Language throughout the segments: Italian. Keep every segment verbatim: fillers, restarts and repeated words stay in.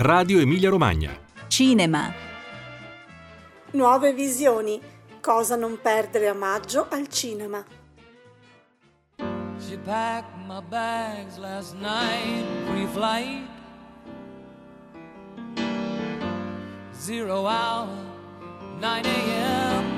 Radio Emilia Romagna. Cinema. Nuove visioni. Cosa non perdere a maggio al cinema. She packed my bags last night, pre-flight, zero hour, nine a.m.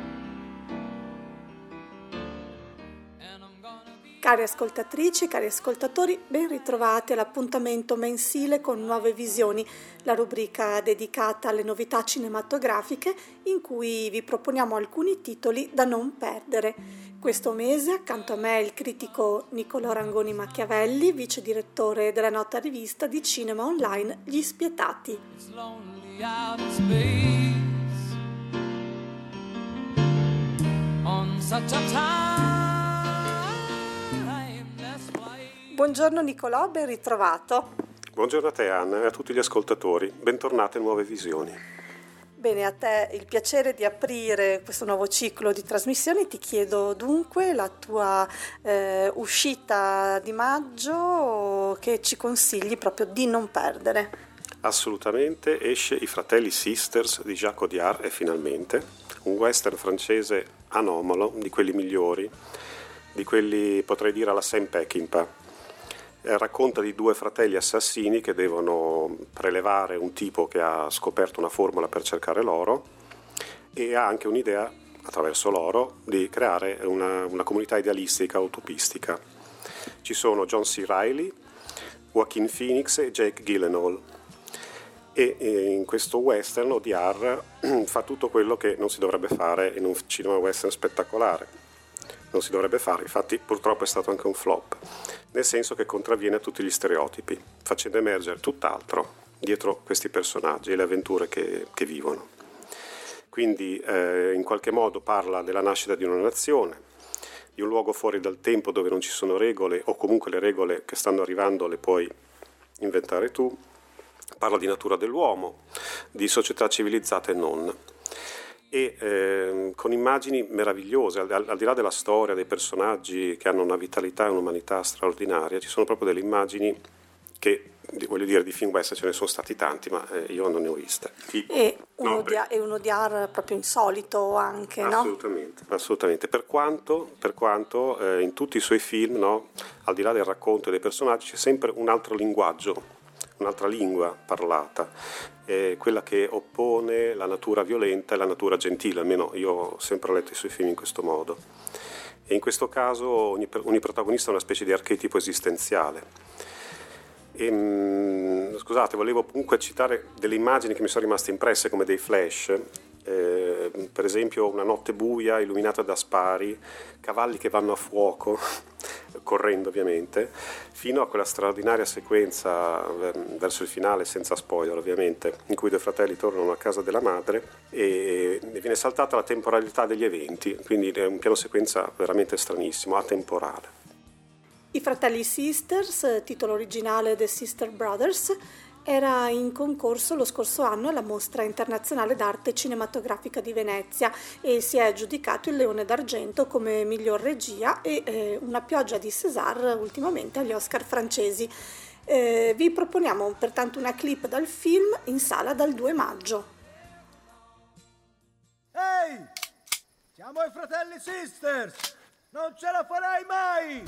Cari ascoltatrici, cari ascoltatori, ben ritrovati all'appuntamento mensile con Nuove Visioni, la rubrica dedicata alle novità cinematografiche in cui vi proponiamo alcuni titoli da non perdere. Questo mese accanto a me il critico Niccolò Rangoni Machiavelli, vice direttore della nota rivista di cinema online Gli Spietati. Buongiorno Niccolò, ben ritrovato. Buongiorno a te Anna e a tutti gli ascoltatori, bentornate a Nuove Visioni. Bene, a te il piacere di aprire questo nuovo ciclo di trasmissioni. Ti chiedo dunque la tua eh, uscita di maggio che ci consigli proprio di non perdere. Assolutamente, esce I Fratelli Sisters di Jacques Audiard e finalmente, un western francese anomalo, di quelli migliori, di quelli potrei dire alla Sam Peckinpah. Racconta di due fratelli assassini che devono prelevare un tipo che ha scoperto una formula per cercare l'oro e ha anche un'idea, attraverso l'oro, di creare una, una comunità idealistica, utopistica. Ci sono John C. Reilly, Joaquin Phoenix e Jake Gyllenhaal e, e in questo western Audiard fa tutto quello che non si dovrebbe fare in un cinema western spettacolare. Non si dovrebbe fare, infatti purtroppo è stato anche un flop, nel senso che contravviene a tutti gli stereotipi, facendo emergere tutt'altro dietro questi personaggi e le avventure che, che vivono. Quindi eh, in qualche modo parla della nascita di una nazione, di un luogo fuori dal tempo dove non ci sono regole, o comunque le regole che stanno arrivando le puoi inventare tu, parla di natura dell'uomo, di società civilizzate e non. E eh, con immagini meravigliose, al, al di là della storia, dei personaggi che hanno una vitalità e un'umanità straordinaria, ci sono proprio delle immagini che, voglio dire, di film western ce ne sono stati tanti, ma eh, io non ne ho viste. Chi? E uno, no, di, e uno di art proprio insolito anche, assolutamente, no? Assolutamente, per quanto, per quanto eh, in tutti i suoi film, no, al di là del racconto e dei personaggi, c'è sempre un altro linguaggio, un'altra lingua parlata, è quella che oppone la natura violenta e la natura gentile, almeno io ho sempre letto i suoi film in questo modo. E in questo caso ogni, ogni protagonista è una specie di archetipo esistenziale. E, mh, scusate, volevo comunque citare delle immagini che mi sono rimaste impresse come dei flash. Eh, per esempio una notte buia illuminata da spari, cavalli che vanno a fuoco correndo ovviamente, fino a quella straordinaria sequenza verso il finale, senza spoiler ovviamente, in cui i due fratelli tornano a casa della madre e viene saltata la temporalità degli eventi, quindi è un piano sequenza veramente stranissimo, atemporale. I Fratelli Sisters, titolo originale The Sister Brothers, era in concorso lo scorso anno alla Mostra Internazionale d'Arte Cinematografica di Venezia e si è aggiudicato il Leone d'Argento come miglior regia e eh, una pioggia di César ultimamente agli Oscar francesi. Eh, vi proponiamo pertanto una clip dal film in sala dal due maggio. Ehi! Siamo i Fratelli Sisters! Non ce la farai mai!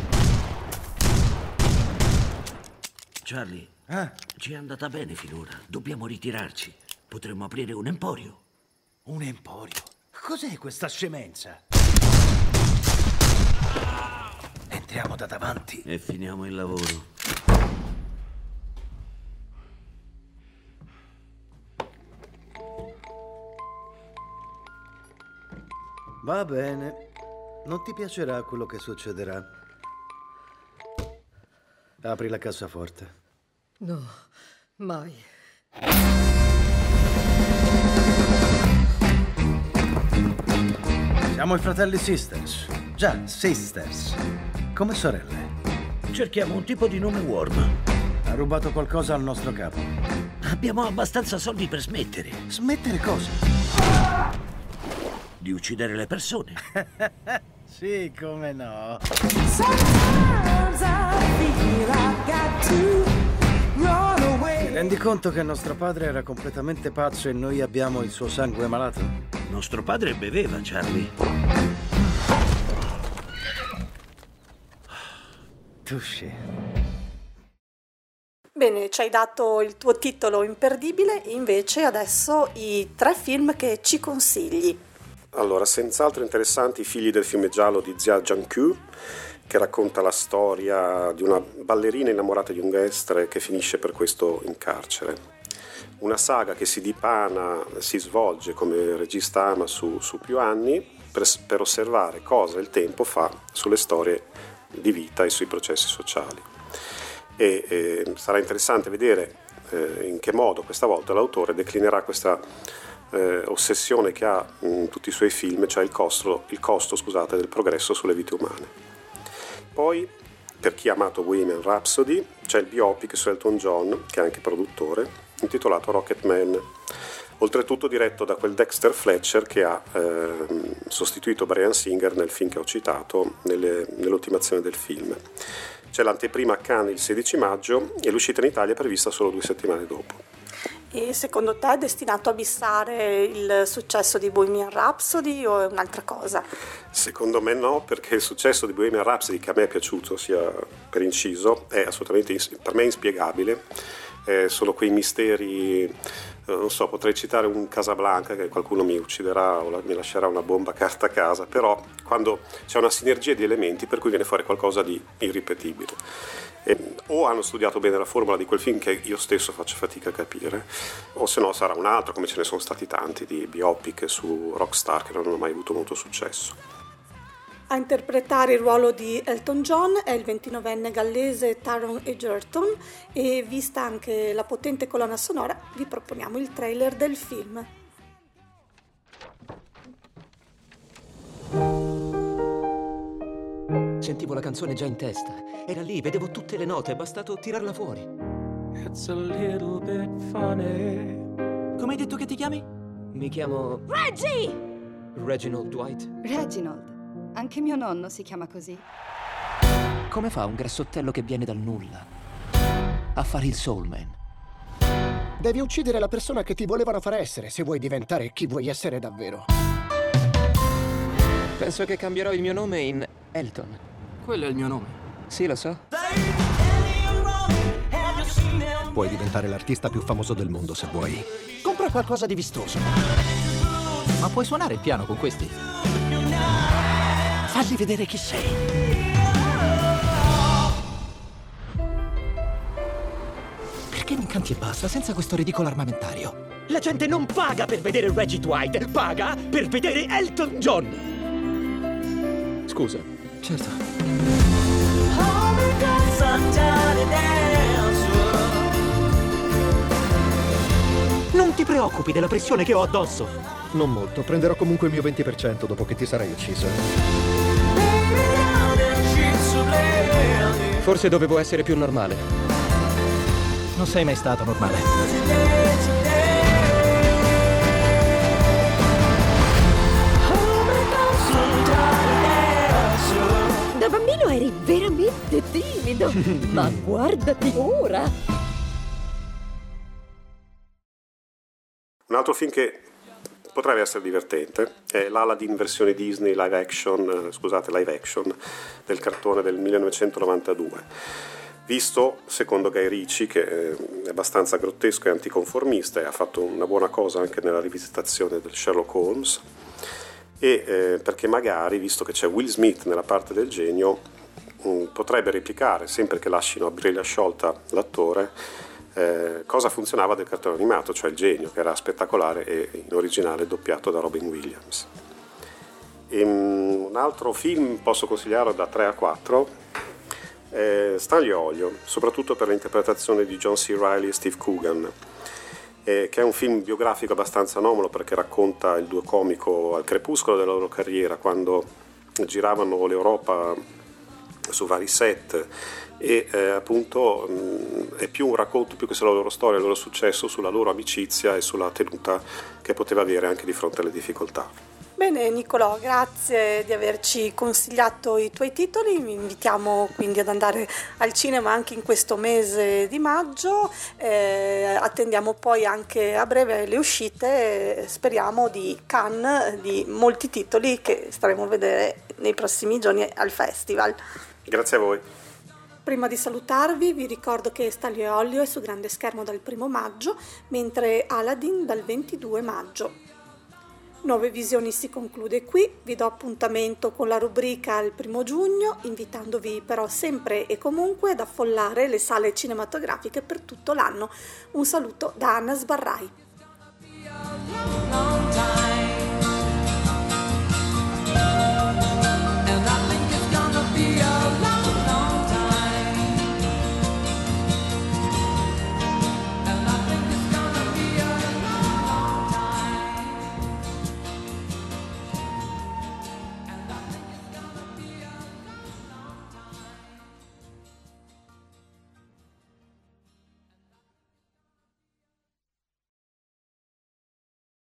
Charlie, Eh? ci è andata bene finora. Dobbiamo ritirarci. Potremmo aprire un emporio. Un emporio? Cos'è questa scemenza? Entriamo da davanti. E finiamo il lavoro. Va bene. Non ti piacerà quello che succederà. Apri la cassaforte. No, mai. Siamo i Fratelli Sisters. Già, Sisters. Come sorelle. Cerchiamo un tipo di nome Worm. Ha rubato qualcosa al nostro capo. Abbiamo abbastanza soldi per smettere. Smettere cosa? Di uccidere le persone. Sì, come no. rendi conto che nostro padre era completamente pazzo e noi abbiamo il suo sangue malato? Nostro padre beveva, Charlie. Touché. Bene, ci hai dato il tuo titolo imperdibile, invece adesso i tre film che ci consigli. Allora, senz'altro interessanti I figli del fiume giallo di Jia Zhangqiu, che racconta la storia di una ballerina innamorata di un gangster che finisce per questo in carcere. Una saga che si dipana, si svolge, come il regista ama, su, su più anni, per, per osservare cosa il tempo fa sulle storie di vita e sui processi sociali. E eh, sarà interessante vedere eh, in che modo questa volta l'autore declinerà questa eh, ossessione che ha in tutti i suoi film, cioè il costo, il costo scusate, del progresso sulle vite umane. Poi, per chi ha amato Bohemian Rhapsody, c'è il biopic su Elton John, che è anche produttore, intitolato Rocket Man, oltretutto diretto da quel Dexter Fletcher che ha eh, sostituito Bryan Singer nel film che ho citato, nelle, nell'ultimazione del film. C'è l'anteprima a Cannes il sedici maggio e l'uscita in Italia è prevista solo due settimane dopo. E secondo te è destinato a bissare il successo di Bohemian Rhapsody o è un'altra cosa? Secondo me no, perché il successo di Bohemian Rhapsody, che a me è piaciuto sia per inciso, è assolutamente per me inspiegabile. Eh, sono quei misteri, eh, non so, potrei citare un Casablanca che qualcuno mi ucciderà o la, mi lascerà una bomba carta a casa, però quando c'è una sinergia di elementi per cui viene fuori qualcosa di irripetibile. Eh, o hanno studiato bene la formula di quel film che io stesso faccio fatica a capire, o se no sarà un altro, come ce ne sono stati tanti di biopic su rockstar che non hanno mai avuto molto successo. A interpretare il ruolo di Elton John è il ventinovenne gallese Taron Egerton e vista anche la potente colonna sonora vi proponiamo il trailer del film. Sentivo la canzone già in testa, era lì, vedevo tutte le note, è bastato tirarla fuori. It's a little bit funny. Come hai detto che ti chiami? Mi chiamo Reggie! Reginald Dwight. Reginald. Anche mio nonno si chiama così. Come fa un grassottello che viene dal nulla a fare il soulman? Devi uccidere la persona che ti volevano far essere se vuoi diventare chi vuoi essere davvero. Penso che cambierò il mio nome in Elton. Quello è il mio nome. Sì, lo so. Puoi diventare l'artista più famoso del mondo se vuoi. Compra qualcosa di vistoso. Ma puoi suonare il piano con questi? Fagli vedere chi sei. Perché non canti e basta senza questo ridicolo armamentario? La gente non paga per vedere Reggie Dwight, paga per vedere Elton John. Scusa. Certo. Non ti preoccupi della pressione che ho addosso. Non molto, prenderò comunque il mio venti per cento dopo che ti sarai ucciso. Forse dovevo essere più normale. Non sei mai stato normale. Da bambino eri veramente timido, ma guardati ora. Un altro film che potrebbe essere divertente è l'Aladdin versione Disney live action, eh, scusate, live action del cartone del millenovecentonovantadue. Visto, secondo Guy Ritchie, che è abbastanza grottesco e anticonformista e ha fatto una buona cosa anche nella rivisitazione del Sherlock Holmes, e eh, perché magari, visto che c'è Will Smith nella parte del genio, mh, potrebbe replicare, sempre che lasciano a briglia sciolta l'attore, Eh, cosa funzionava del cartone animato, cioè il genio, che era spettacolare e in originale doppiato da Robin Williams. E, um, un altro film posso consigliare da tre a quattro è Stanlio Olio, soprattutto per l'interpretazione di John C. Reilly e Steve Coogan, eh, che è un film biografico abbastanza anomalo perché racconta il duo comico al crepuscolo della loro carriera, quando giravano l'Europa su vari set, e eh, appunto mh, è più un racconto, più che sulla loro storia, il loro successo, sulla loro amicizia e sulla tenuta che poteva avere anche di fronte alle difficoltà. Bene Niccolò, grazie di averci consigliato i tuoi titoli, vi invitiamo quindi ad andare al cinema anche in questo mese di maggio, eh, attendiamo poi anche a breve le uscite, speriamo di Cannes, di molti titoli che staremo a vedere nei prossimi giorni al festival. Grazie a voi. Prima di salutarvi vi ricordo che Stanlio e Ollio è su grande schermo dal primo maggio, mentre Aladdin dal ventidue maggio. Nuove Visioni si conclude qui, vi do appuntamento con la rubrica il primo giugno, invitandovi però sempre e comunque ad affollare le sale cinematografiche per tutto l'anno. Un saluto da Anna Sbarrai.